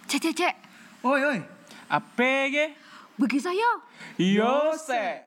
Cek. Oi. APG Bagi saya. Yose.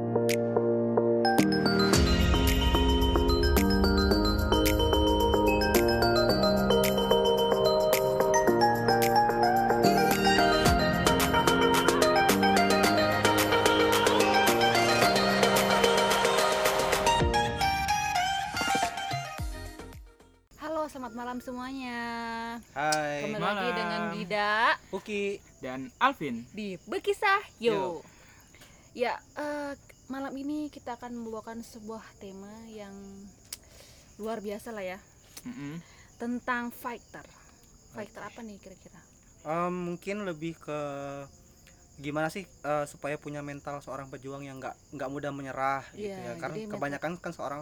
Halo, selamat malam semuanya. Hai. Kembali malam. lagi dengan Dida Uki. Dan Alvin. di Bekisah Yo. Yo. Ya, malam ini kita akan membawakan sebuah tema yang luar biasa lah ya, tentang fighter. Fighter apa nih kira-kira? Mungkin lebih ke gimana sih supaya punya mental seorang pejuang yang nggak mudah menyerah gitu Iya, ya. Karena jadi kebanyakan kan seorang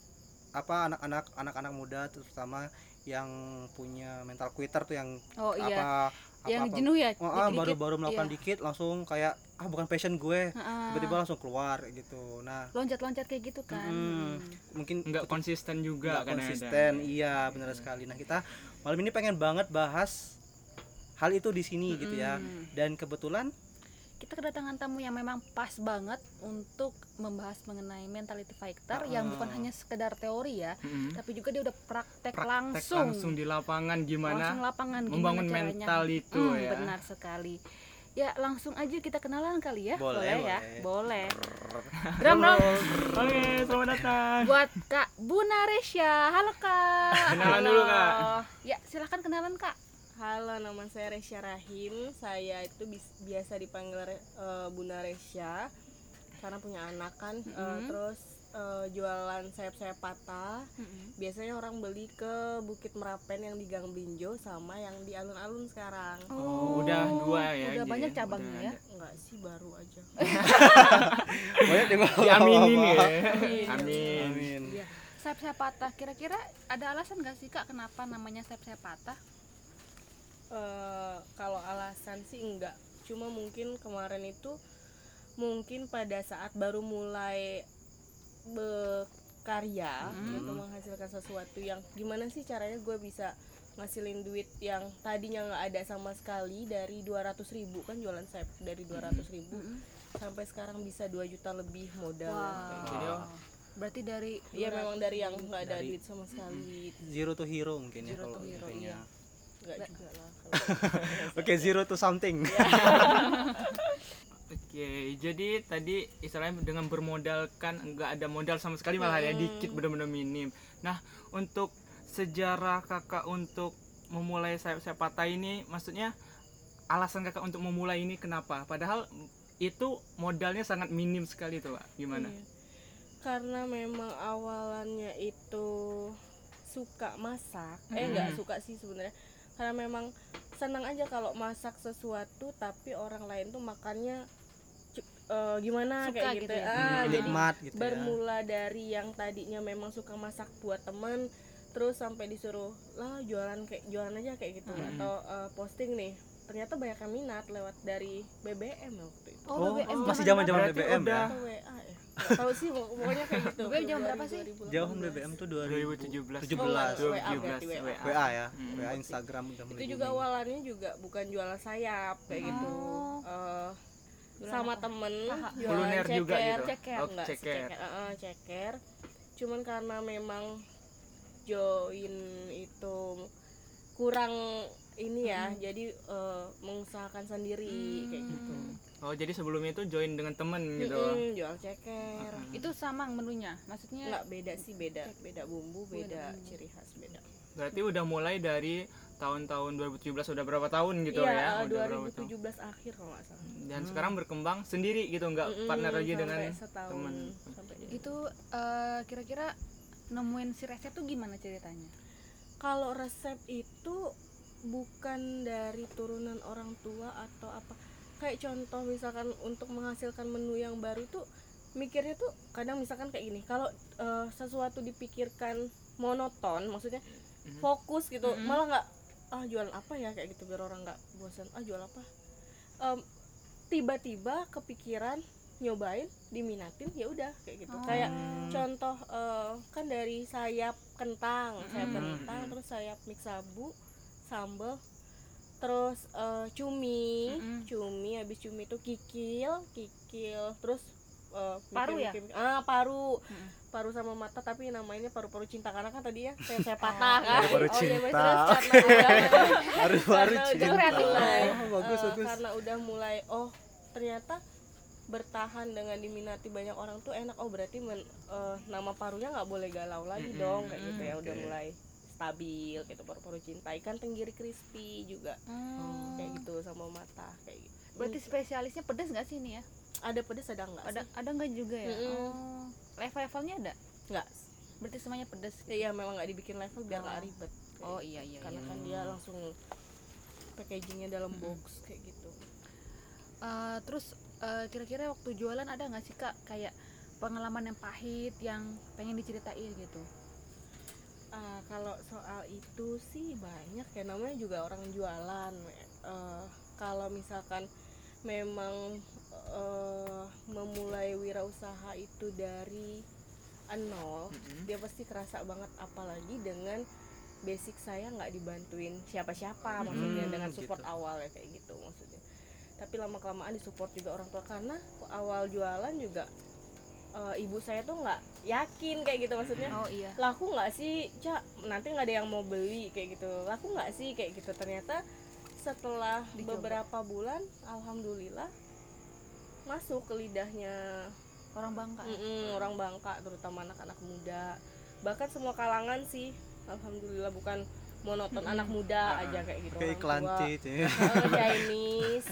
anak-anak muda terutama yang punya mental quitter tuh yang Oh iya, apa yang jenuh ya, dikit-dikit. baru melakukan Iya. dikit langsung kayak bukan passion gue, Heeh. tiba-tiba langsung keluar gitu. Nah, Loncat-loncat kayak gitu kan. mungkin Nggak konsisten juga nggak kadang-kadang. konsisten. Iya, benar sekali. Nah, kita malam ini pengen banget bahas hal itu di sini gitu ya. Dan kebetulan Kita kedatangan tamu yang memang pas banget untuk membahas mengenai mentality fighter yang bukan hanya sekedar teori ya, tapi juga dia udah praktek langsung di lapangan gimana langsung lapangan membangun gimana caranya. mental itu ya. Benar sekali. Ya langsung aja kita kenalan kali ya. Boleh. Ya, boleh. Drum. Oke, selamat datang. Buat Kak Buna Resya. Halo Kak. Kenalan dulu, Kak. Ya silahkan kenalan Kak. Halo, nama saya Resya Rahim. Saya itu biasa dipanggil Bunda Resya karena punya anak kan. Terus jualan sayap-sayap patah. Biasanya orang beli ke Bukit Merapen yang di Gang Blinjo sama yang di alun-alun sekarang. Oh, udah dua ya. Udah Ji. banyak cabangnya Udah ya. ada. Enggak sih, baru aja. banyak yang Diaminin ya. Amin. Amin. Iya. Sayap-sayap patah. Kira-kira ada alasan gak sih Kak kenapa namanya sayap-sayap patah? Kalau alasan sih enggak. Cuma mungkin kemarin itu mungkin pada saat baru mulai berkarya gitu, menghasilkan sesuatu yang gimana sih caranya gue bisa ngasilin duit yang tadinya nggak ada sama sekali dari 200.000 kan jualan sayap dari 200.000 sampai sekarang bisa 2 juta lebih modal kayak gitu. Wow. Berarti dari Iya memang dari yang nggak ada Dari- duit sama sekali. zero to hero mungkin ya Zero kalau to hero, intinya. iya. Nggak juga lah kalau Oke, zero to something. Oke, jadi tadi istilahnya dengan bermodalkan nggak ada modal sama sekali malah ya dikit, benar-benar minim. Nah, untuk sejarah kakak untuk memulai sayap-sayap patah ini, maksudnya alasan kakak untuk memulai ini kenapa? Padahal itu modalnya sangat minim sekali tuh, Pak. Gimana? Iya. Karena memang awalannya itu suka masak, nggak suka sih sebenarnya. Karena memang senang aja kalau masak sesuatu, tapi orang lain tuh makannya gimana Suka kayak gitu. gitu ya. Jadi Nikmat gitu ya. bermula dari yang tadinya memang suka masak buat temen, terus sampai disuruh lah jualan aja kayak gitu, atau posting nih. Ternyata banyak yang minat lewat dari BBM waktu itu. Oh, BBM masih zaman zaman-zaman berapa? BBM ya. Udah. Atau WA ya. Nggak tahu sih pokoknya kayak gitu. BBM jam berapa sih? 2018. Jauh BBM tuh 2017. 2017. Oh, WA berarti, WA. WA ya. WA Instagram udah mulai Itu juga booming. awalannya juga bukan jualan sayap kayak gitu. Sama temen jualan Kuliner juga gitu. Ceker. Oh, Enggak, ceker. ceker. Cuman karena memang join itu kurang ini ya, jadi mengusahakan sendiri kayak gitu. Oh, jadi sebelumnya itu join dengan temen gitu. Jual ceker. Itu sama menunya, maksudnya Enggak, beda sih, beda bumbu, beda ciri khas, beda. Berarti udah mulai dari tahun-tahun 2017, udah berapa tahun gitu ya? Iya, Udah berapa tahun. 2017 akhir kalau nggak salah. Dan sekarang berkembang sendiri gitu, nggak partner aja Sampai dengan setahun, temen. sampai jadi. itu kira-kira nemuin si resep tuh gimana ceritanya? Kalau resep itu bukan dari turunan orang tua atau apa. Kayak contoh misalkan untuk menghasilkan menu yang baru tuh mikirnya tuh kadang misalkan kayak gini. Kalau sesuatu dipikirkan monoton, maksudnya fokus gitu, malah nggak jualan apa ya kayak gitu biar orang nggak bosan. Jual apa? Tiba-tiba kepikiran nyobain, diminatin, ya udah kayak gitu. Kayak contoh kan dari sayap kentang, terus sayap mix sabu, sambal, terus cumi, Mm-mm. cumi, habis cumi itu kikil, terus Paru ya? paru. Mm-mm. Paru sama mata, tapi namanya paru-paru cinta karena kan tadi ya saya patah kan. Paru-paru Oh iya, cinta. terus karena Baru-baru udah cinta. mulai, Bagus, bagus. karena udah mulai ternyata bertahan dengan diminati banyak orang tuh enak. Berarti nama parunya nggak boleh galau lagi dong kayak gitu ya. Udah Oke. mulai stabil gitu. Paru-paru cinta, ikan tenggiri crispy juga kayak gitu, sama mata kayak gitu. Berarti spesialisnya pedas nggak sih ini ya? Ada pedes ada nggak Ada sih? ada nggak juga ya? Mm-mm. Oh, levelnya ada? Nggak. Berarti semuanya pedas. Iya, memang nggak dibikin level biar nggak Oh. ribet. Oh iya iya. Karena iya. kan dia langsung packagingnya dalam box kayak gitu. Terus kira-kira waktu jualan ada nggak sih Kak kayak pengalaman yang pahit yang pengen diceritain gitu? Kalau soal itu sih banyak ya, namanya juga orang jualan. Kalau misalkan memang memulai wirausaha itu dari nol, dia pasti kerasa banget, apalagi dengan basic saya nggak dibantuin siapa-siapa, maksudnya dengan support gitu. awal ya kayak gitu maksudnya. Tapi lama kelamaan disupport juga orang tua, karena awal jualan juga ibu saya tuh nggak yakin kayak gitu, maksudnya Oh iya. laku nggak sih Cak, nanti nggak ada yang mau beli kayak gitu, laku nggak sih kayak gitu. Ternyata setelah Dicoba. beberapa bulan alhamdulillah masuk ke lidahnya Orang Bangka. orang Bangka, terutama anak-anak muda, bahkan semua kalangan sih alhamdulillah, bukan monoton anak muda aja kayak gitu. Kayak iklan Orang tua, cheat ya. Chinese.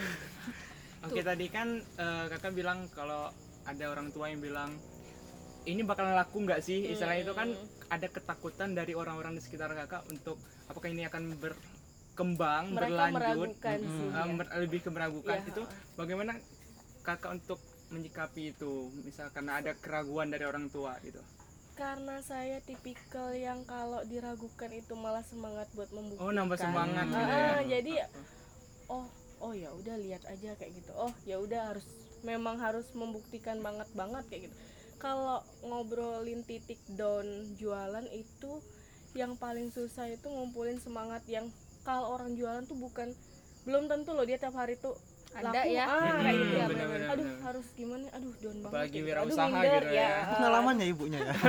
Oke, tadi kan kakak bilang kalau ada orang tua yang bilang ini bakalan laku nggak sih, istilahnya itu kan ada ketakutan dari orang-orang di sekitar kakak untuk apakah ini akan berkembang, Mereka berlanjut, meragukan sih ya. lebih ke meragukan. Iya. Itu bagaimana kakak untuk menyikapi itu, misal karena ada keraguan dari orang tua gitu? Karena saya tipikal yang kalau diragukan itu malah semangat buat membuktikan. Oh, nambah semangat gitu ya. Jadi oh ya udah, lihat aja kayak gitu. Oh ya udah, memang harus membuktikan banget kayak gitu. Kalau ngobrolin titik down jualan itu yang paling susah itu ngumpulin semangat yang kalau orang jualan tuh belum tentu loh dia tiap hari tuh Ada laku, ya. kayak gitu ya. Bener-bener. Aduh, harus gimana? Aduh, down banget. Apalagi kayak gitu. wirausaha Aduh, minder, gitu ya. Pengalamannya ibunya ya.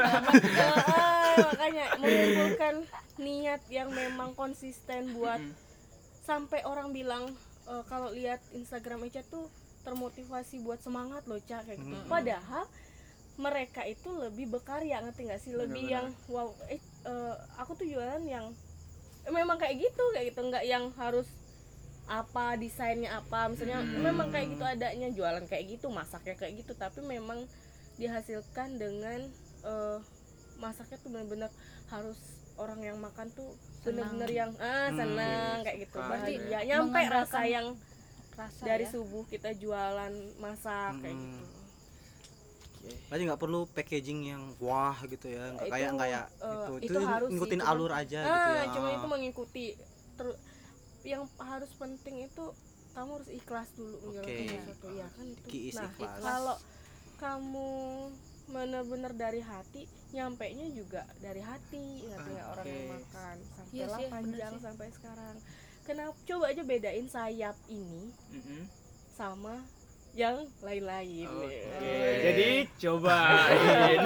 Makanya mengumpulkan niat yang memang konsisten buat sampai orang bilang kalau lihat Instagram Eca tuh termotivasi buat semangat loh Ca kayak gitu. Padahal mereka itu lebih berkarya, ngerti nggak sih? Lebih Benar-benar. yang wow, aku tuh jualan yang memang kayak gitu, nggak yang harus apa desainnya apa, misalnya memang kayak gitu adanya, jualan kayak gitu, masaknya kayak gitu, tapi memang dihasilkan dengan masaknya tuh benar-benar harus orang yang makan tuh benar-benar yang senang kayak gitu, Berarti bahagia, nyampe mengandalkan rasa yang Rasa dari ya. subuh kita jualan masak kayak gitu. Berarti nggak perlu packaging yang wah gitu ya, nggak Itu, kayak itu harus sih, ngikutin cuman- alur aja gitu ya. Cuma itu mengikuti yang harus penting itu kamu harus ikhlas dulu menjalankan Oke. sesuatu ya kan itu. Key is Nah, ikhlas. kalau kamu benar-benar dari hati, nyampainya juga dari hati, ngerti nggak orang yang Oke. makan Iya sampailah sih, bener panjang sih. sampai sekarang. Kenapa? Coba aja bedain sayap ini sama yang lain-lain. Oke, jadi cobain.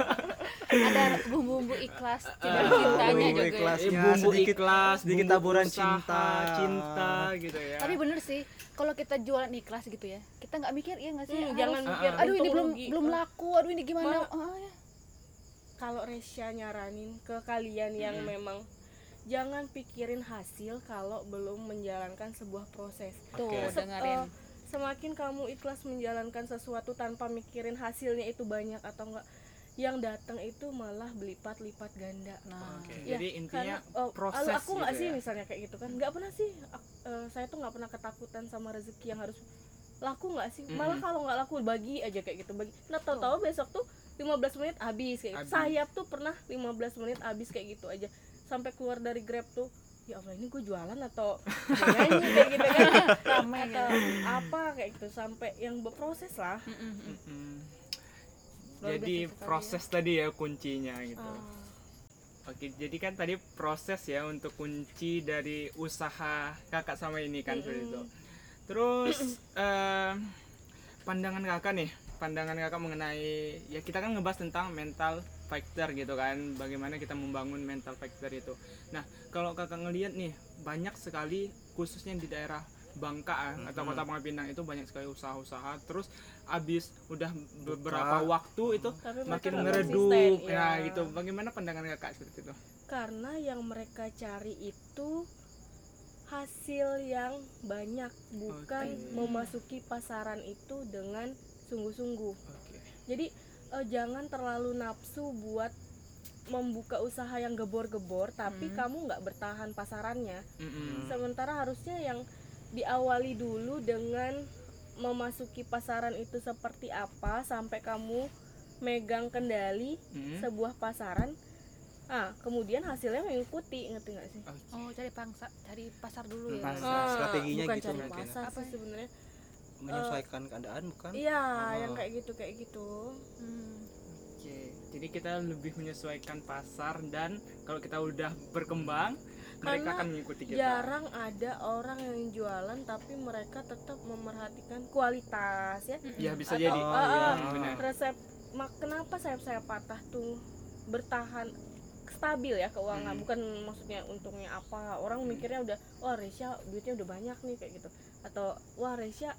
Ada bumbu-bumbu ikhlas tidak bumbu cintanya juga ya. ikhlasnya, Bumbu sedikit- ikhlas, sedikit bumbu taburan usaha, cinta gitu ya. Tapi bener sih, kalau kita jualan ikhlas gitu ya, kita nggak mikir ya nggak sih? Jangan Harus, mikir aduh ini untung belum rugi. belum laku, aduh ini gimana? Ma- Ya. Kalau Resya nyaranin ke kalian yang memang jangan pikirin hasil kalau belum menjalankan sebuah proses. Tuh Oke. dengerin. Semakin kamu ikhlas menjalankan sesuatu tanpa mikirin hasilnya itu banyak atau enggak, yang datang itu malah berlipat-lipat ganda. Nah, Oke. Ya, Jadi intinya karena, proses aku nggak gitu sih ya. misalnya kayak gitu kan, nggak pernah sih saya tuh nggak pernah ketakutan sama rezeki yang harus laku nggak sih, malah kalau nggak laku bagi aja kayak gitu, bagi. Nah tahu-tahu besok tuh 15 menit habis kayak gitu. Habis. Sayap tuh pernah 15 menit habis kayak gitu aja, sampai keluar dari Grab tuh, ya Allah ini gue jualan atau nyanyi kayak gitu kan, ramai atau gitu. apa kayak gitu, sampai yang berproses lah. Mm. Luar Jadi biasa sekali proses tadi ya kuncinya gitu. Oke, jadi kan tadi proses ya untuk kunci dari usaha kakak sama ini kan seperti itu. Terus pandangan kakak mengenai ya kita kan ngebahas tentang mental fighter gitu kan, bagaimana kita membangun mental fighter itu. Nah, kalau kakak ngelihat nih banyak sekali khususnya di daerah Bangka atau Kota Pangkal Pinang itu banyak sekali usaha-usaha, terus abis udah beberapa waktu itu Tapi mereka makin nggak meredup. konsisten, Nah, ya. gitu. Bagaimana pandangan kakak seperti itu? Karena yang mereka cari itu hasil yang banyak, bukan memasuki pasaran itu dengan sungguh-sungguh. Oke. Jadi jangan terlalu nafsu buat membuka usaha yang gebor-gebor tapi kamu nggak bertahan pasarannya. Sementara harusnya yang diawali dulu dengan memasuki pasaran itu seperti apa sampai kamu megang kendali sebuah pasaran. Kemudian hasilnya mengikuti, ngerti nggak sih? Oh, cari pasar dulu ya. Strateginya bukan gitu cari mungkin. pasar sih sebenarnya. Menyesuaikan keadaan bukan? Iya, yang kayak gitu. Oke, jadi kita lebih menyesuaikan pasar, dan kalau kita udah berkembang, mereka Karena akan mengikuti kita. jarang ada orang yang jualan tapi mereka tetap memerhatikan kualitas ya. Ya bisa Atau, jadi. benar. Resep kenapa saya patah tuh bertahan stabil ya keuangan, bukan maksudnya untungnya apa. Orang mikirnya udah, wah Resya duitnya udah banyak nih kayak gitu, atau wah Resya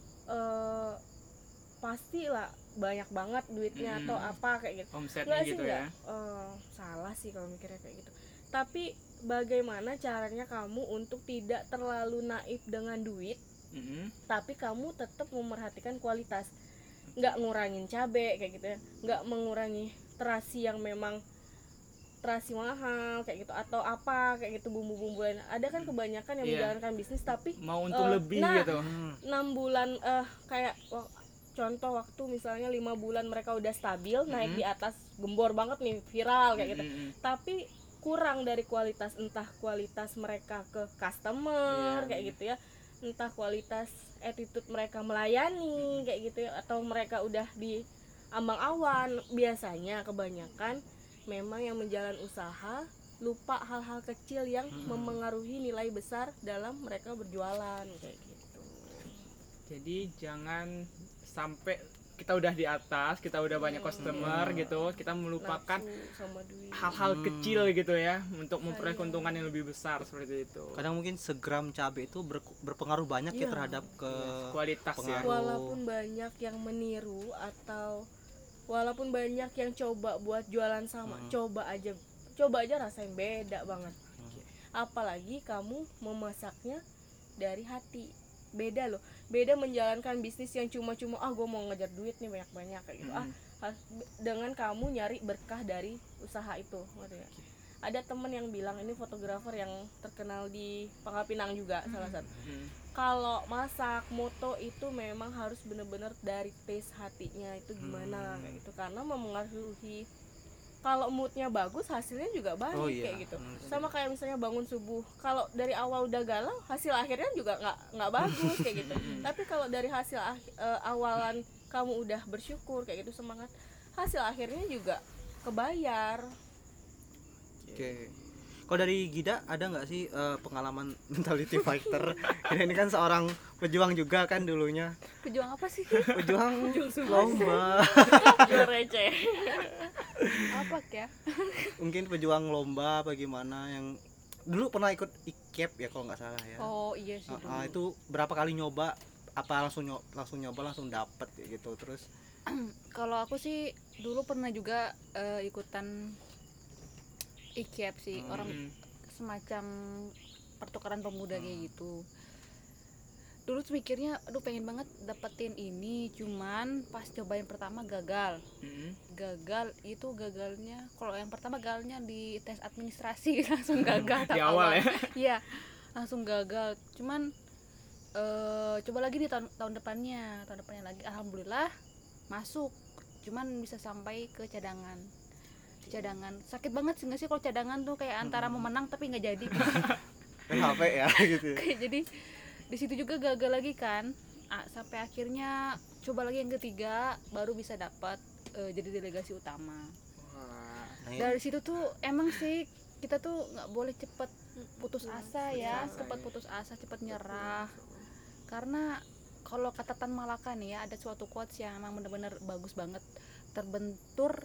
pasti lah banyak banget duitnya atau apa kayak gitu. Omsetnya Nggak sih, gitu nggak. ya. Salah sih kalau mikirnya kayak gitu. Tapi bagaimana caranya kamu untuk tidak terlalu naif dengan duit, tapi kamu tetap memerhatikan kualitas, nggak ngurangin cabai kayak gitu ya, nggak mengurangi terasi yang memang terasi mahal kayak gitu, atau apa kayak gitu, bumbu-bumbu lain. Ada kan kebanyakan yang menjalankan bisnis tapi Mau untung lebih gitu. 6 bulan kayak contoh waktu misalnya 5 bulan mereka udah stabil naik di atas, gembor banget nih, viral kayak gitu, tapi kurang dari kualitas, entah kualitas mereka ke customer kayak gitu ya, entah kualitas attitude mereka melayani kayak gitu ya, atau mereka udah di ambang awan. Biasanya kebanyakan memang yang menjalan usaha lupa hal-hal kecil yang memengaruhi nilai besar dalam mereka berjualan kayak gitu. Jadi jangan sampai kita udah di atas, kita udah banyak customer gitu, kita melupakan Nafsu sama duit. hal-hal kecil gitu ya untuk memperoleh keuntungan yang lebih besar seperti itu. Kadang mungkin segram cabai itu berpengaruh banyak ya terhadap ke Kualitas ya. pengaruh. Walaupun banyak yang meniru atau walaupun banyak yang coba buat jualan sama, coba aja rasain beda banget. Apalagi kamu memasaknya dari hati, beda loh. Beda menjalankan bisnis yang cuma-cuma gue mau ngejar duit nih banyak-banyak kayak gitu. Dengan kamu nyari berkah dari usaha itu, ngerti nggak? Ada temen yang bilang, ini fotografer yang terkenal di Pangkal Pinang juga salah satu. Kalau masak moto itu memang harus bener-bener dari taste hatinya itu gimana kayak gitu, karena memengaruhi. Kalau moodnya bagus hasilnya juga baik kayak gitu. Sama kayak misalnya bangun subuh, kalau dari awal udah galau hasil akhirnya juga nggak bagus kayak gitu. Tapi kalau dari hasil awalan kamu udah bersyukur kayak gitu, semangat, hasil akhirnya juga kebayar. Oke. Kalau dari Gida ada nggak sih pengalaman mentality fighter? Ini kan seorang pejuang juga kan dulunya. Pejuang apa sih? Pejuang lomba. Jual receh. Apa ya? Mungkin pejuang lomba bagaimana yang dulu pernah ikut IKEP ya kalau nggak salah ya. Oh iya sih. Itu berapa kali nyoba? Apa langsung nyoba langsung dapet ya gitu terus? Kalau aku sih dulu pernah juga ikutan IKEP sih, orang semacam pertukaran pemuda kayak gitu. Dulu tuh mikirnya aduh pengen banget dapetin ini, cuman pas cobain pertama gagal. Gagalnya kalau yang pertama gagalnya di tes administrasi langsung gagal Di awal ya. Iya, langsung gagal. Cuman coba lagi di tahun depannya lagi, alhamdulillah masuk, cuman bisa sampai ke cadangan. Sakit banget sih nggak sih kalau cadangan tuh, kayak antara mau menang tapi nggak jadi. PHP ya gitu. Jadi di situ juga gagal lagi kan, sampai akhirnya coba lagi yang ketiga baru bisa dapat jadi delegasi utama. Wah, Dari situ tuh emang sih kita tuh nggak boleh cepet putus asa ya, cepet putus asa, cepet nyerah. Karena kalau kata Tan Malaka nih ya, ada suatu quotes yang emang bener-bener bagus banget. Terbentur.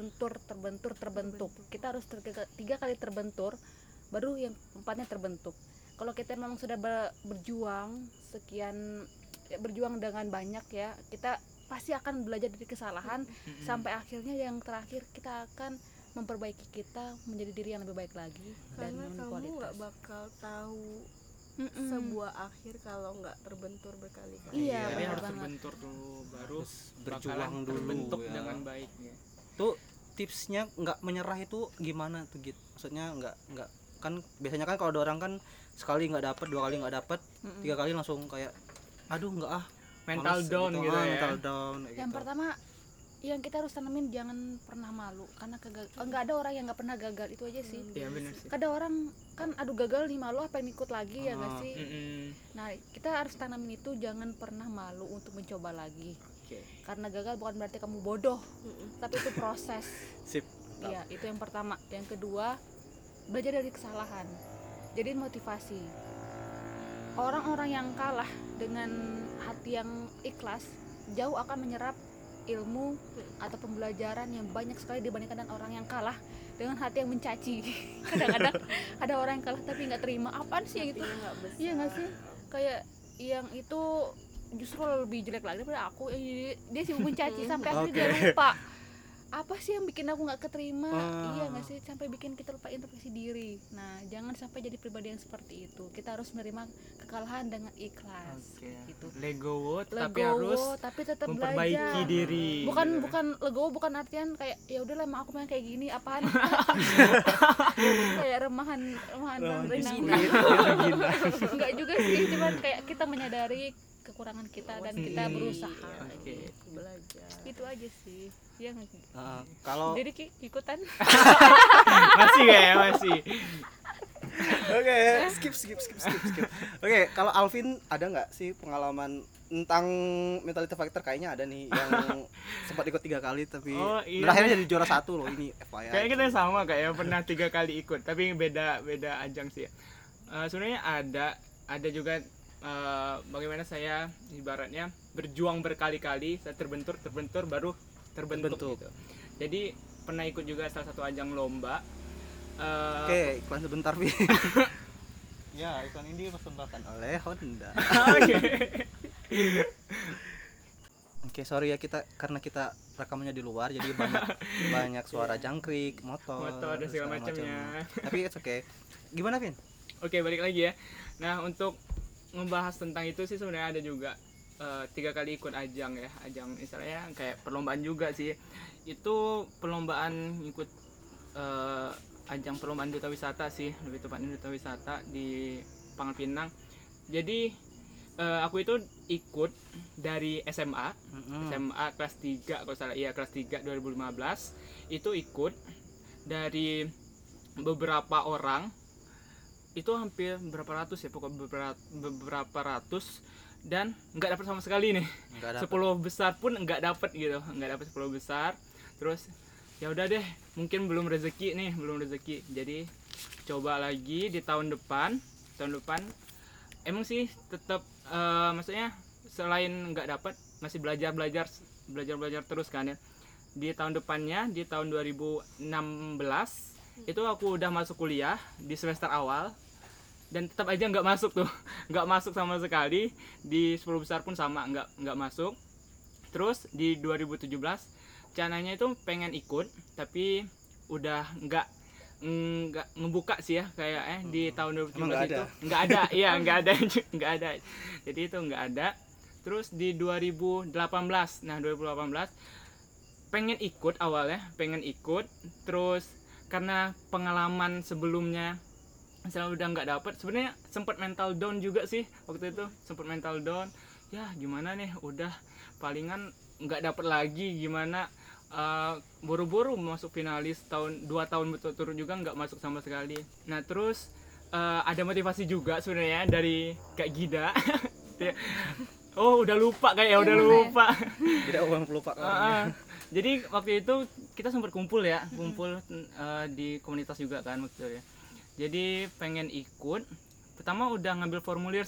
Kita harus 3 kali terbentur, baru yang 4-nya terbentuk. Kalau kita memang sudah berjuang sekian, berjuang dengan banyak ya, kita pasti akan belajar dari kesalahan sampai akhirnya yang terakhir kita akan memperbaiki kita menjadi diri yang lebih baik lagi. Karena dan kamu kualitas. nggak bakal tahu sebuah akhir kalau nggak terbentur berkali-kali. Iya, Jadi benar harus banget. terbentur dulu, baru berjuang bakalan dulu terbentuk ya. dengan baik ya. Tuh tipsnya nggak menyerah itu gimana tuh gitu? Maksudnya nggak kan biasanya kan kalau ada orang kan sekali nggak dapet, 2 kali nggak dapet, 3 kali langsung kayak aduh nggak Mental males down gitu ya. mental down kayak Yang gitu. pertama yang kita harus tanamin, jangan pernah malu, karena nggak ada orang yang nggak pernah gagal, itu aja sih. Iya benar sih. Kadang orang kan aduh gagal nih, malu apa yang ikut lagi ya nggak sih. Nah kita harus tanamin itu, jangan pernah malu untuk mencoba lagi, Oke. karena gagal bukan berarti kamu bodoh, tapi itu proses. Sip. Iya, itu yang pertama. Yang kedua, belajar dari kesalahan, jadiin motivasi. Orang-orang yang kalah dengan hati yang ikhlas jauh akan menyerap ilmu atau pembelajaran yang banyak sekali dibandingkan dengan orang yang kalah dengan hati yang mencaci. Kadang-kadang ada orang yang kalah tapi nggak terima, apaan sih yang itu? Iya nggak sih? Kayak yang itu justru lebih jelek lagi daripada aku. Dia sibuk mencaci sampai akhirnya dia lupa apa sih yang bikin aku nggak keterima. Iya nggak sih, sampai bikin kita lupa introspeksi diri. Nah jangan sampai jadi pribadi yang seperti itu. Kita harus menerima kekalahan dengan ikhlas. Oke. Gitu. Legowo tapi Legowo, harus tapi tetap memperbaiki belajar. diri. Bukan gitu. bukan legowo, bukan artian kayak ya udahlah emang aku main kayak gini, apaan. Kayak remahan renang. Enggak juga sih, cuman kayak kita menyadari kekurangan kita dan kita berusaha. Oke. Belajar. Itu aja sih. Ya nggak sih? Kalau Jadi Ki, ikutan. Masih ya, masih. Oke, skip. Oke, kalau Alvin ada nggak sih pengalaman tentang mentality factor? Kayaknya ada nih yang sempat ikut 3 kali tapi Oh, iya. berakhirnya jadi juara 1 loh ini FYI. Kayaknya kita sama kayak pernah 3 kali ikut, tapi beda ajang sih. Sebenarnya ada juga bagaimana saya ibaratnya berjuang berkali-kali, saya terbentur baru terbentuk. Gitu. Jadi pernah ikut juga salah satu ajang lomba. Oke, iklan sebentar, Vi. Ya, iklan ini dipersembahkan oleh Honda. Oke, sorry ya karena kita rekamannya di luar jadi banyak suara jangkrik, motor dan segala macamnya. Tapi it's okay. Gimana, Vin? Oke, balik lagi ya. Nah, untuk ngebahas tentang itu sih sebenarnya ada juga 3 kali ikut ajang ya, ajang istilahnya kayak perlombaan juga sih. Itu perlombaan ikut ajang perlombaan duta wisata sih, lebih tepatnya duta wisata di Pangkal Pinang. Jadi aku itu ikut dari SMA kelas 3 kalau salah, iya kelas 3 2015. Itu ikut dari beberapa orang, itu hampir berapa ratus ya, pokoknya beberapa ratus, dan nggak dapat sama sekali nih. 10 besar pun nggak dapat gitu, nggak dapat 10 besar. Terus ya udah deh, mungkin belum rezeki, jadi coba lagi di tahun depan emang sih tetap maksudnya selain nggak dapat masih belajar terus kan ya. Di tahun depannya, di tahun 2016 itu aku udah masuk kuliah di semester awal, dan tetap aja nggak masuk sama sekali. Di 10 besar pun sama, nggak masuk. Terus di 2017 rencananya itu pengen ikut, tapi udah nggak ngebuka sih ya, kayak di tahun 2017 itu nggak ada. Iya, nggak ada. Jadi itu nggak ada. Terus di 2018 pengen ikut, terus karena pengalaman sebelumnya misalnya udah nggak dapet, sebenarnya sempat mental down juga sih waktu itu, ya gimana nih, udah palingan nggak dapet lagi, gimana buru-buru masuk finalis 2 tahun berturut-turut juga nggak masuk sama sekali. Nah terus ada motivasi juga sebenarnya dari Kak Gida. Udah lupa kayak udah lupa. Tidak uang pelupa. Jadi waktu itu kita sempat kumpul di komunitas juga kan waktu itu ya. Jadi pengen ikut. Pertama udah ngambil formulir.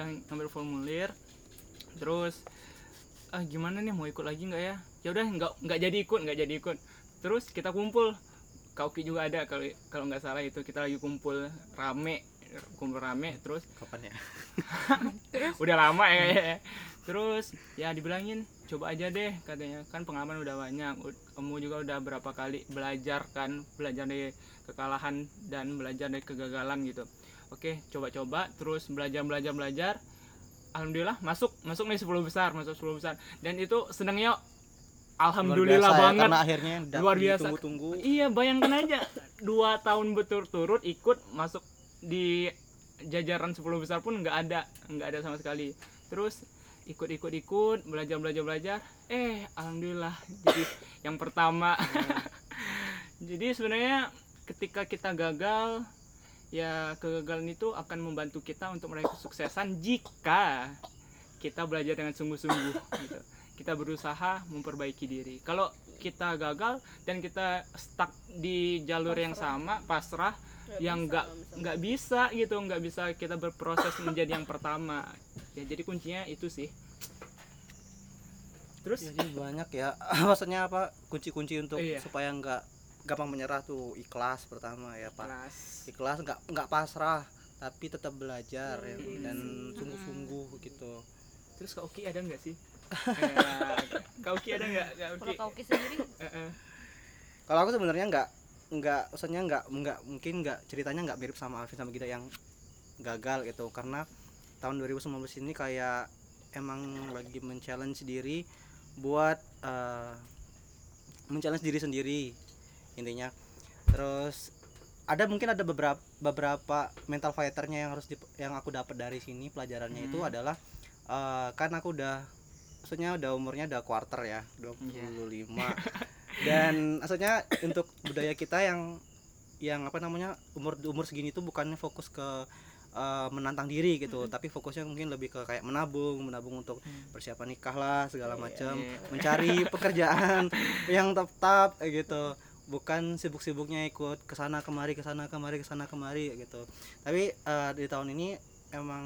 Terus gimana nih, mau ikut lagi nggak ya? Ya udah nggak jadi ikut. Terus kita kumpul. Kauki juga ada kalau nggak salah, itu kita lagi kumpul rame terus Kapan ya? udah lama ya kayaknya. Terus ya dibilangin coba aja deh katanya, kan pengalaman udah banyak, kamu juga udah berapa kali belajar dari kekalahan dan belajar dari kegagalan gitu. Oke, coba terus belajar. Alhamdulillah masuk nih 10 besar. Dan itu senangnya alhamdulillah Luar biasa banget. ya, karena akhirnya Luar biasa. tunggu-tunggu. Iya, bayangkan aja 2 tahun berturut-turut ikut masuk di jajaran 10 besar pun nggak ada sama sekali. Terus ikut belajar. Alhamdulillah jadi yang pertama. Jadi sebenarnya ketika kita gagal, ya kegagalan itu akan membantu kita untuk meraih kesuksesan jika kita belajar dengan sungguh-sungguh gitu. Kita berusaha memperbaiki diri. Kalau kita gagal dan kita stuck di jalur yang sama, pasrah, yang nggak bisa kita berproses menjadi yang pertama. Ya jadi kuncinya itu sih. Terus Ya, jadi banyak ya. Maksudnya apa? Kunci-kunci untuk Iya. supaya nggak gampang menyerah tuh ikhlas pertama ya, Pak. kelas. Ikhlas, nggak pasrah, tapi tetap belajar ya, dan sungguh-sungguh gitu. Terus Kak Uki ada nggak sih? Kak Uki ada nggak? Kak Uki? Kalau Kauki sendiri Kalau aku sebenarnya nggak maksudnya nggak mungkin nggak ceritanya nggak mirip sama Alvin sama Gida yang gagal gitu, karena tahun 2019 ini kayak emang lagi men-challenge diri buat men-challenge diri sendiri intinya. Terus mungkin ada beberapa mental fighternya yang aku dapat dari sini. Pelajarannya itu adalah kan aku maksudnya udah umurnya udah quarter ya 25. Dan maksudnya untuk budaya kita yang apa namanya umur segini tuh bukannya fokus ke menantang diri gitu, tapi fokusnya mungkin lebih ke kayak menabung untuk persiapan nikah lah segala macam, mencari pekerjaan yang tetap gitu, bukan sibuk-sibuknya ikut kesana kemari gitu. Tapi di tahun ini emang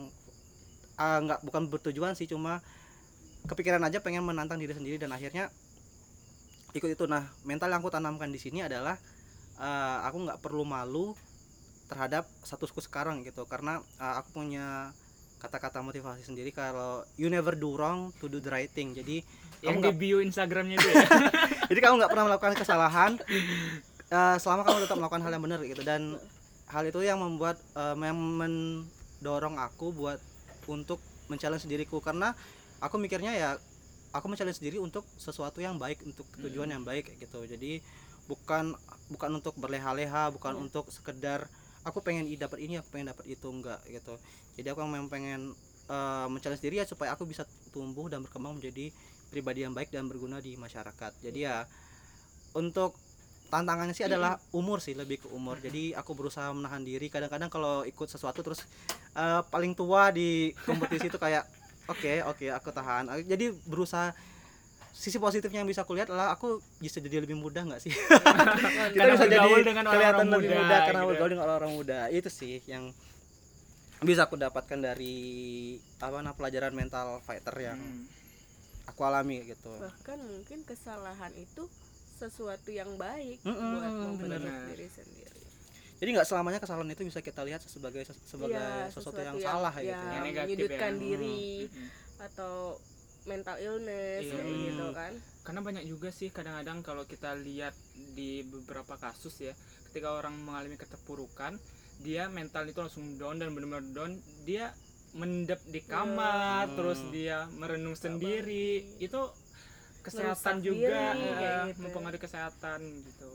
bukan bertujuan sih, cuma kepikiran aja pengen menantang diri sendiri dan akhirnya ikut itu. Nah, mental yang aku tanamkan di sini adalah aku nggak perlu malu terhadap statusku sekarang gitu, karena aku punya kata-kata motivasi sendiri kalau you never do wrong to do the right thing. Jadi Yang kamu di bio Instagramnya itu ya. jadi kamu nggak pernah melakukan kesalahan selama kamu tetap melakukan hal yang benar gitu. Dan hal itu yang membuat mendorong aku untuk men-challenge diriku, karena aku mikirnya ya aku men-challenge diri untuk sesuatu yang baik, untuk tujuan yang baik gitu. Jadi bukan untuk berleha-leha, bukan untuk sekedar aku pengen dapat ini, aku pengen dapat itu, enggak gitu. Jadi aku memang pengen men-challenge diri ya supaya aku bisa tumbuh dan berkembang menjadi pribadi yang baik dan berguna di masyarakat. Jadi ya untuk tantangannya sih adalah umur sih, lebih ke umur. Jadi aku berusaha menahan diri. Kadang-kadang kalau ikut sesuatu terus paling tua di kompetisi itu kayak oke aku tahan. Jadi berusaha, sisi positifnya yang bisa aku lihat adalah aku bisa jadi lebih muda nggak sih? Kita Karena bisa jadi bergaul dengan kelihatan orang-orang lebih muda, muda karena gitu. bergaul dengan orang muda. Itu sih yang bisa aku dapatkan dari pelajaran mental fighter yang aku alami gitu. Bahkan mungkin kesalahan itu sesuatu yang baik Mm-mm, buat membentuk benar. diri sendiri. Jadi nggak selamanya kesalahan itu bisa kita lihat sebagai Iya, sesuatu yang salah gitu. Yang negatif menyudutkan ya. diri atau mental illness Iya. kayak gitu kan. Karena banyak juga sih kadang-kadang kalau kita lihat di beberapa kasus ya, ketika orang mengalami keterpurukan, dia mental itu langsung down dan benar-benar down, dia mendep di kamar, terus dia merenung sendiri. Itu kesehatan Merusak juga, diri, kayak gitu. mempengaruhi kesehatan gitu.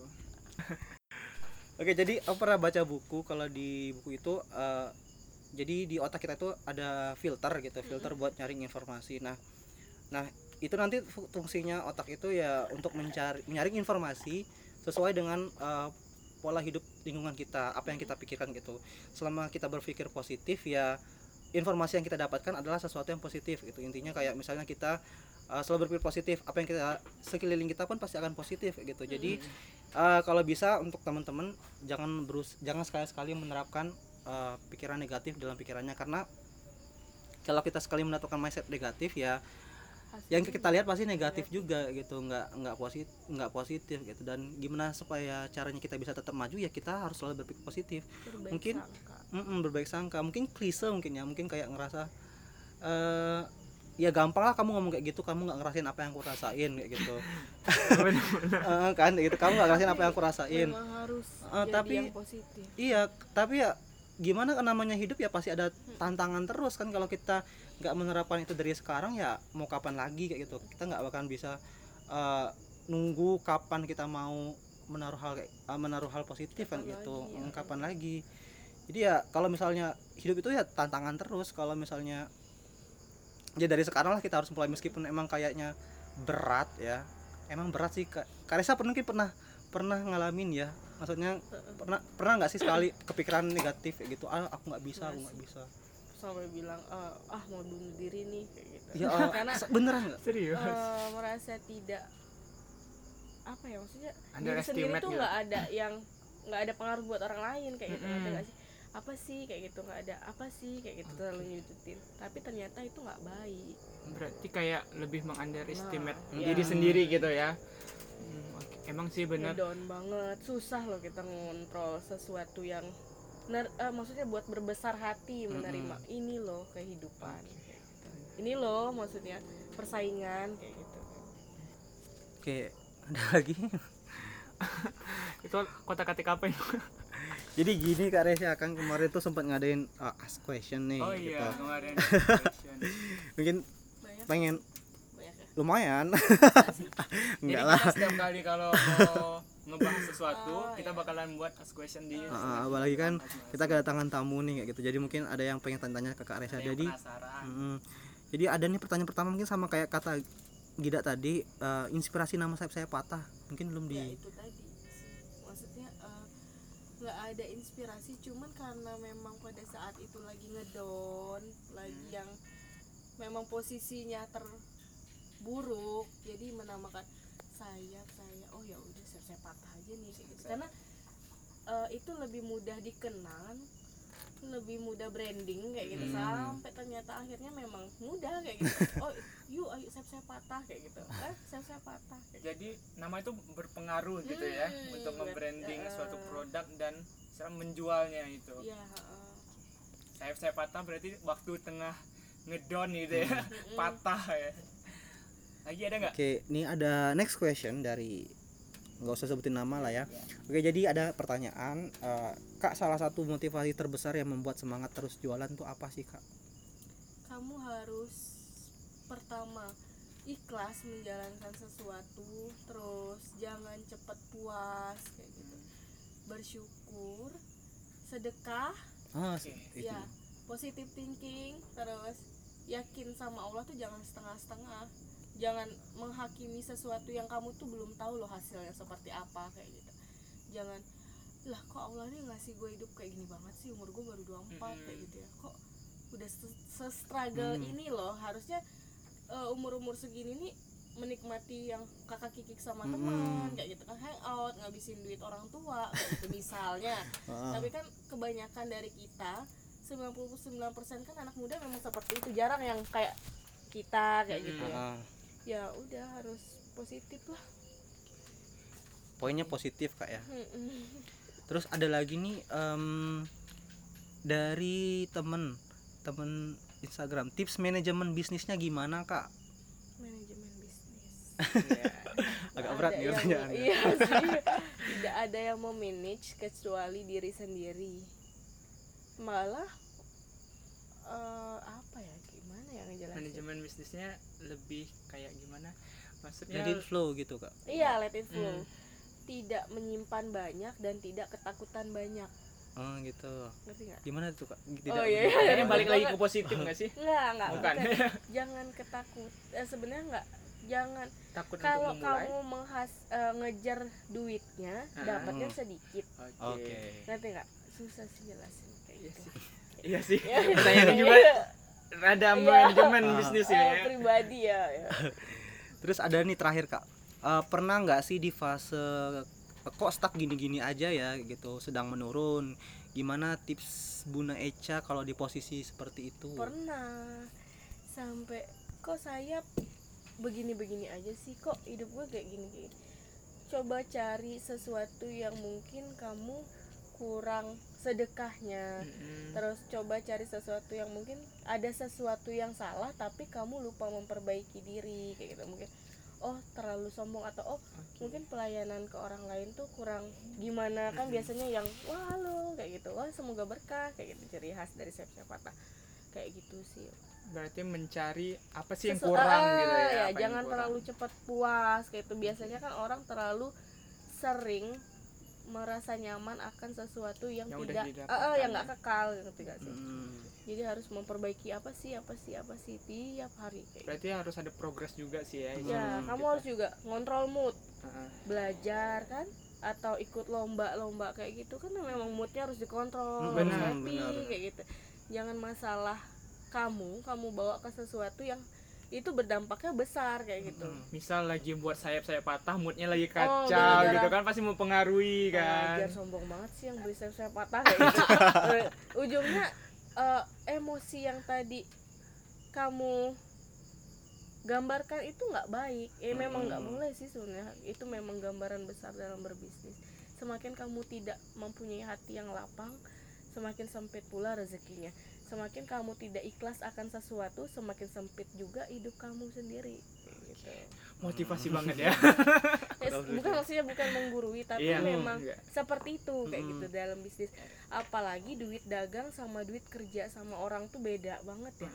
Oke, jadi aku pernah baca buku, kalau di buku itu jadi di otak kita itu ada filter gitu, filter buat nyaring informasi. Nah itu nanti fungsinya otak itu ya untuk menyaring informasi sesuai dengan pola hidup lingkungan kita, apa yang kita pikirkan gitu. Selama kita berpikir positif ya informasi yang kita dapatkan adalah sesuatu yang positif gitu. Intinya kayak misalnya kita selalu berpikir positif, apa yang kita sekeliling kita pun pasti akan positif gitu. Jadi kalau bisa untuk teman-teman jangan sekali-sekali menerapkan pikiran negatif dalam pikirannya, karena kalau kita sekali menerapkan mindset negatif ya yang kita lihat pasti negatif juga gitu, nggak positif gitu. Dan gimana supaya caranya kita bisa tetap maju ya kita harus selalu berpikir positif. Mungkin berbaik sangka, mungkin klise mungkin ya, mungkin kayak ngerasa ya gampang lah kamu ngomong kayak gitu, kamu nggak ngerasain apa yang aku rasain kayak gitu. Kan gitu, kamu nggak ngerasain apa yang aku rasain. Memang harus jadi Tapi yang positif. iya, tapi ya gimana, namanya hidup ya pasti ada tantangan terus kan. Kalau kita nggak menerapkan itu dari sekarang ya mau kapan lagi kayak gitu. Kita nggak bakalan bisa nunggu kapan kita mau menaruh hal positif kan gitu. Kapan lagi. Jadi ya kalau misalnya hidup itu ya tantangan terus. Kalau misalnya ya dari sekarang lah kita harus mulai, meskipun emang kayaknya berat ya. Emang berat sih. Kak Resa mungkin pernah ngalamin ya, maksudnya pernah nggak sih sekali kepikiran negatif kayak gitu, aku nggak bisa Sampai bilang mau bunuh diri nih kayak gitu. ya Karena beneran nggak? Serius? merasa tidak apa ya, maksudnya diri Underestimate sendiri tuh gitu. nggak ada pengaruh buat orang lain kayak gitu. Ngerti nggak sih? Apa sih kayak gitu, nggak ada apa sih kayak gitu, terlalu nyudutin. Tapi ternyata itu nggak baik. Berarti kayak lebih mengunderestimate Nah, diri iya. sendiri gitu ya. Oke. Emang sih benar. Down banget, susah loh kita ngontrol sesuatu yang maksudnya buat berbesar hati menerima ini loh kehidupan kayak gitu. Ini loh maksudnya persaingan kayak gitu. Oke, ada lagi. Itu kotak-katik apa itu? Jadi gini Kak Resa, kan kemarin tuh sempat ngadain ask question nih Oh gitu. iya, kemarin question. Mungkin Banyak pengen banyak ya. lumayan. Jadi Enggak lah. kita setiap kali kalau mau ngebahas sesuatu, kita bakalan buat ask question di Apalagi kan kita kedatangan tamu nih kayak gitu. Jadi mungkin ada yang pengen tanya ke Kak Resa. ada yang Jadi penasaran. jadi ada nih pertanyaan pertama, mungkin sama kayak kata Gida tadi, inspirasi nama saya patah. Mungkin belum Ya di itu tadi sih. Maksudnya nggak ada inspirasi, cuman karena memang pada saat itu lagi ngedown, lagi yang memang posisinya terburuk, jadi menamakan saya oh ya udah saya patah aja nih kayak gitu. Karena itu lebih mudah dikenang, lebih mudah branding kayak gitu. Sampai ternyata akhirnya memang mudah kayak gitu. Oh yuk ayo saya patah kayak gitu. Saya patah kayak gitu. Jadi nama itu berpengaruh gitu ya untuk membranding suatu produk dan cara menjualnya itu. Iya, Saya patah berarti waktu tengah ngedown gitu ya, patah ya. Lagi ada nggak? Oke, ini ada next question dari, nggak usah sebutin nama lah ya. Oke, jadi ada pertanyaan, Kak, salah satu motivasi terbesar yang membuat semangat terus jualan tuh apa sih Kak? kamu harus pertama ikhlas menjalankan sesuatu, terus jangan cepat puas kayak gitu, bersyukur, sedekah, Itu. ya positive thinking, terus yakin sama Allah tuh jangan setengah-setengah, jangan menghakimi sesuatu yang kamu tuh belum tahu loh hasilnya seperti apa kayak gitu. Jangan lah kok Allah nih ngasih gue hidup kayak gini banget sih, umur gue baru 24 kayak gitu ya, kok udah se-struggle ini loh, harusnya umur-umur segini nih menikmati yang kakak kikik sama teman kayak gitu kan, hangout, ngabisin duit orang tua kayak gitu misalnya. Tapi kan kebanyakan dari kita 99% kan anak muda memang seperti itu, jarang yang kayak kita kayak gitu ya. Ya udah harus positif lah. Poinnya positif Kak ya. Terus ada lagi nih dari temen Instagram, tips manajemen bisnisnya gimana Kak? Manajemen bisnis. Agak berat nih pertanyaannya. Iya sih. Tidak ada yang memanage kecuali diri sendiri. Malah apa ya, gimana ya ngejelasin? Manajemen bisnisnya lebih kayak gimana? Maksudnya Let it flow gitu Kak. Iya, let it flow. Tidak menyimpan banyak dan tidak ketakutan banyak. Oh gitu. Ngerti nggak? Gimana tuh Kak? Oh iya. kayaknya balik lagi ke positif nggak sih? Enggak. Bukan. Jangan ketakut. Sebenarnya enggak. Jangan. Takut Kalau untuk memulai. kamu ngejar duitnya, dapatnya sedikit. Oke. Ngerti nggak? Susah sih jelasin kayak Iya gitu. sih. Iya sih. Ya, Saya iya. juga rada Iya. manajemen bisnis ini ya. Pribadi ya. Terus ada nih terakhir Kak, pernah nggak sih di fase kok stuck gini-gini aja ya gitu, sedang menurun, gimana tips Buna Echa kalau di posisi seperti itu? Pernah sampai kok saya begini-begini aja sih, kok hidup gue kayak gini-gini. Coba cari sesuatu yang mungkin kamu kurang sedekahnya. Terus coba cari sesuatu yang mungkin ada sesuatu yang salah tapi kamu lupa memperbaiki diri kayak gitu. Mungkin oh terlalu sombong atau mungkin pelayanan ke orang lain tuh kurang gimana kan, biasanya yang wah halo kayak gitu, wah semoga berkah kayak gitu, ciri khas dari Sayap Patah kayak gitu sih. Berarti mencari apa sih yang kurang gitu ya. Ya apa yang jangan kurang. terlalu cepat puas kayak itu. Biasanya kan orang terlalu sering merasa nyaman akan sesuatu yang Yang udah tidak didapatkan yang ya. nggak kekal gitu gak sih. Hmm. Jadi harus memperbaiki apa sih tiap hari kayak gitu. Berarti harus ada progres juga sih ya. Ya kamu kita. harus juga ngontrol mood, Heeh. belajar kan, atau ikut lomba-lomba kayak gitu kan, memang moodnya harus dikontrol, Benar, harus happy benar. kayak gitu. Jangan masalah kamu bawa ke sesuatu yang itu berdampaknya besar kayak gitu. Misal lagi buat sayap patah, moodnya lagi Oh, kacau gara-gara- gitu kan, pasti mempengaruhi kan. Biar sombong banget sih yang beli saya patah kayak gitu. Ujungnya emosi yang tadi kamu gambarkan itu nggak baik. Memang nggak boleh sih sebenarnya. Itu memang gambaran besar dalam berbisnis. Semakin kamu tidak mempunyai hati yang lapang, semakin sempit pula rezekinya. Semakin kamu tidak ikhlas akan sesuatu, semakin sempit juga hidup kamu sendiri. Kayak gitu. Motivasi banget ya. Bukan maksudnya bukan menggurui, tapi Iya, memang iya. seperti itu kayak gitu dalam bisnis. Apalagi duit dagang sama duit kerja sama orang tuh beda banget ya.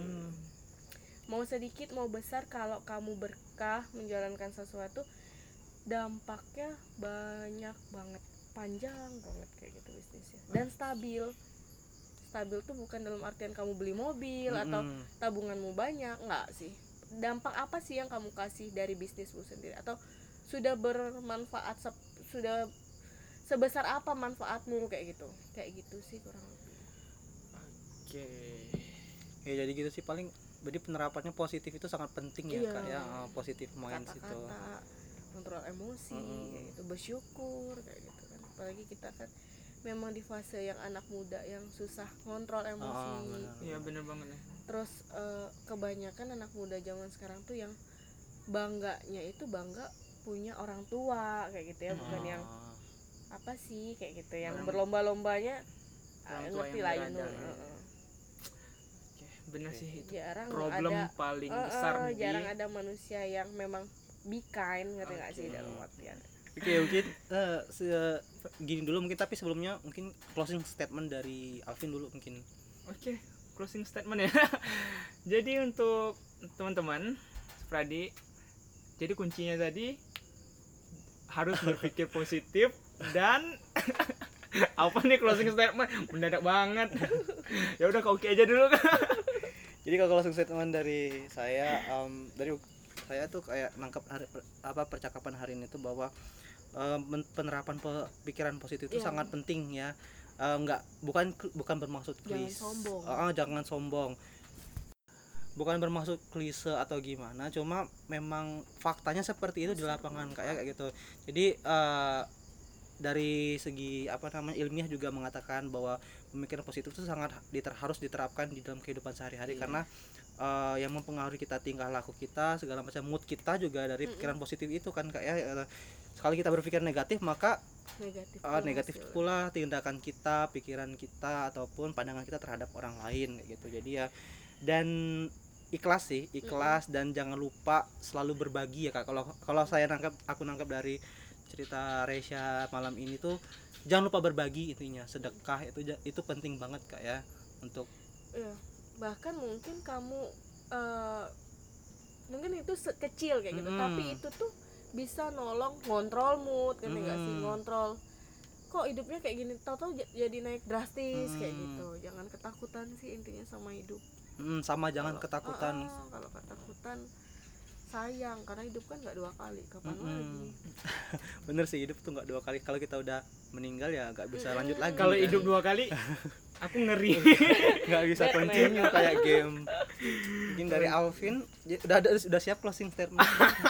Mau sedikit mau besar, kalau kamu berkah menjalankan sesuatu, dampaknya banyak banget, panjang banget kayak gitu bisnisnya. Dan stabil tuh bukan dalam artian kamu beli mobil atau tabunganmu banyak, enggak sih. Dampak apa sih yang kamu kasih dari bisnismu sendiri, atau sudah bermanfaat sudah sebesar apa manfaatmu kayak gitu sih kurang lebih. Oke. Ya jadi gitu sih, paling jadi penerapannya positif itu sangat penting ya Iya. Kak ya, positif mindset itu. Kata-kata, kontrol emosi kayak gitu, bersyukur kayak gitu kan. Apalagi kita kan memang di fase yang anak muda yang susah ngontrol emosi. benar. Iya bener banget ya. Terus kebanyakan anak muda zaman sekarang tuh yang bangganya itu bangga punya orang tua kayak gitu ya, bukan yang apa sih kayak gitu, yang berlomba-lombanya Orang tua ngerti yang lah berada, you know. ya. Bener sih itu. Jarang Problem ada paling besar jarang di ada manusia yang memang be kind, ngerti nggak sih dalam artian. Oke, mungkin gini dulu mungkin, tapi sebelumnya mungkin closing statement dari Alvin dulu mungkin. Oke, closing statement ya. Jadi untuk teman-teman Pradi, jadi kuncinya tadi harus berpikir positif dan apa nih closing statement mendadak banget. Ya udah kau oke aja dulu. Jadi kalau closing statement dari saya, tuh kayak nangkep percakapan hari ini tuh bahwa penerapan pikiran positif itu Iya. sangat penting ya. Bukan bermaksud jangan sombong. Bukan bermaksud klise atau gimana, cuma memang faktanya seperti itu di lapangan kayak gitu. Jadi dari segi ilmiah juga mengatakan bahwa pemikiran positif itu sangat harus diterapkan di dalam kehidupan sehari-hari, karena yang mempengaruhi kita, tingkah laku kita, segala macam mood kita juga dari pikiran positif itu kan kayak sekali kita berpikir negatif, maka negatif pula tindakan kita, pikiran kita ataupun pandangan kita terhadap orang lain kayak gitu. Jadi ya, dan ikhlas dan jangan lupa selalu berbagi ya Kak. Kalau aku nangkap dari cerita Resya malam ini tuh, jangan lupa berbagi, intinya sedekah itu penting banget Kak ya, untuk bahkan mungkin kamu mungkin itu kecil kayak gitu, tapi itu tuh bisa nolong ngontrol mood, kan enggak sih, ngontrol kok hidupnya kayak gini, tahu-tahu jadi naik drastis kayak gitu. Jangan ketakutan sih intinya sama hidup. Jangan ketakutan. Kalau ketakutan sayang, karena hidup kan nggak 2 kali, kapan lagi. Bener sih, hidup tuh nggak 2 kali. Kalau kita udah meninggal ya nggak bisa lanjut lagi. Kalau kan. hidup 2 kali Aku ngeri. nggak bisa Batman. continue kayak game. Mungkin dari Alvin udah siap closing statement.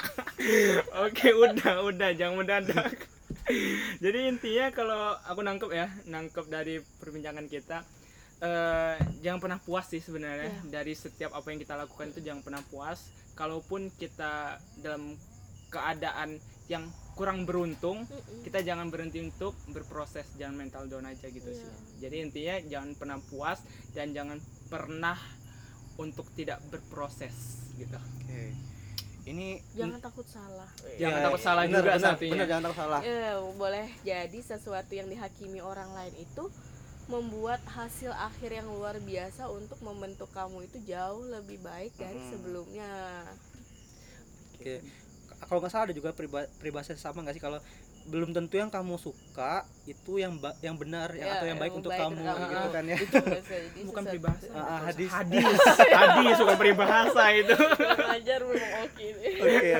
Oke, udah jangan mendadak. Jadi intinya kalau aku nangkep dari perbincangan kita, jangan pernah puas sih sebenarnya. Dari setiap apa yang kita lakukan itu jangan pernah puas. Kalaupun kita dalam keadaan yang kurang beruntung, kita jangan berhenti untuk berproses, jangan mental down aja gitu sih. Jadi intinya jangan pernah puas dan jangan pernah untuk tidak berproses gitu. Oke. Ini Jangan takut salah. Jangan takut salah juga satunya. Bener, jangan takut salah. Boleh jadi sesuatu yang dihakimi orang lain itu membuat hasil akhir yang luar biasa untuk membentuk kamu itu jauh lebih baik dari sebelumnya. Oke. Kalau nggak salah ada juga peribahasa sama nggak sih, kalau belum tentu yang kamu suka itu yang benar atau yang baik untuk kamu gitu kan ya. Itu bisa jadi Bukan sesuatu. peribahasa. Hadis. Hadis suka peribahasa itu. Ngajar memang oke nih.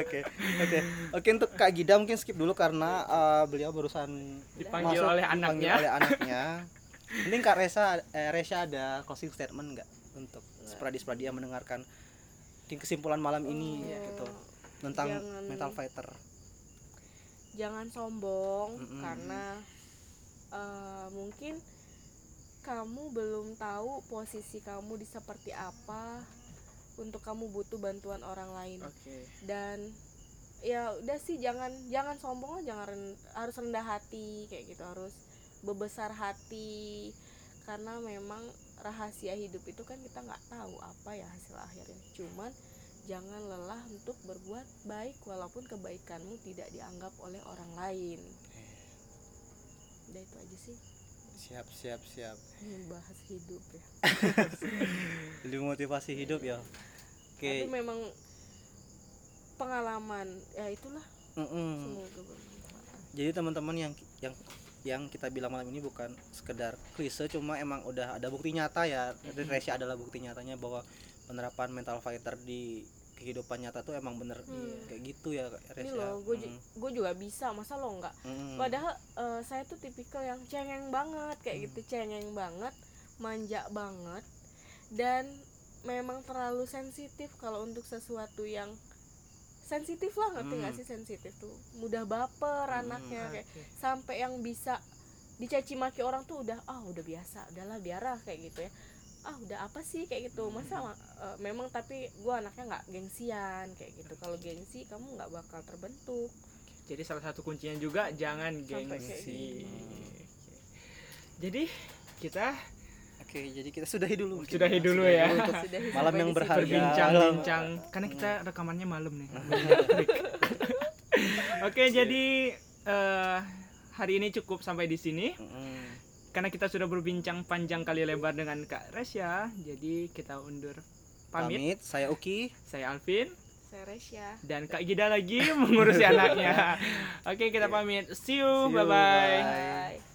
Oke, untuk Kak Gida mungkin skip dulu karena beliau barusan Dipanggil masuk, oleh anaknya. Mending Kak Resya ada closing statement nggak untuk spradi yang mendengarkan mungkin kesimpulan malam ini gitu tentang mental fighter. Jangan sombong karena mungkin kamu belum tahu posisi kamu di seperti apa untuk kamu butuh bantuan orang lain. Dan ya udah sih, jangan sombong lah, harus rendah hati kayak gitu, harus bebesar hati, karena memang rahasia hidup itu kan kita nggak tahu apa ya hasil akhirnya. Cuman jangan lelah untuk berbuat baik walaupun kebaikanmu tidak dianggap oleh orang lain. Udah itu aja sih. Siap. Ini bahas hidup ya. Lebih motivasi hidup ya. Oke. Tapi memang pengalaman ya itulah. Semoga bermanfaat. Jadi teman-teman yang kita bilang malam ini bukan sekedar klise, cuma emang udah ada bukti nyata ya. Resya adalah bukti nyatanya bahwa penerapan mental fighter di kehidupan nyata tuh emang bener kayak gitu ya Resya. Ini loh, gue juga bisa, masa lo enggak? Padahal saya tuh tipikal yang cengeng banget kayak gitu, cengeng banget, manja banget, dan memang terlalu sensitif kalau untuk sesuatu yang sensitif lah, ngerti nggak sih? Sensitif tuh mudah baper anaknya, kayak sampai yang bisa dicaci maki orang tuh udah biasa, udahlah biarlah kayak gitu ya. Udah apa sih kayak gitu, masa memang, tapi gue anaknya nggak gengsian kayak gitu. Kalau gengsi kamu nggak bakal terbentuk. Jadi salah satu kuncinya juga jangan gengsi. Jadi kita sudahi dulu ya. Untuk malam yang berharga, berbincang-bincang karena kita rekamannya malam nih. Oke, jadi hari ini cukup sampai di sini. Karena kita sudah berbincang panjang kali lebar dengan Kak Resya, jadi kita undur pamit. Saya Uki, saya Alvin, Saya Resya, dan Kak Gida lagi mengurusi anaknya. Oke, kita pamit. See you, bye bye. bye.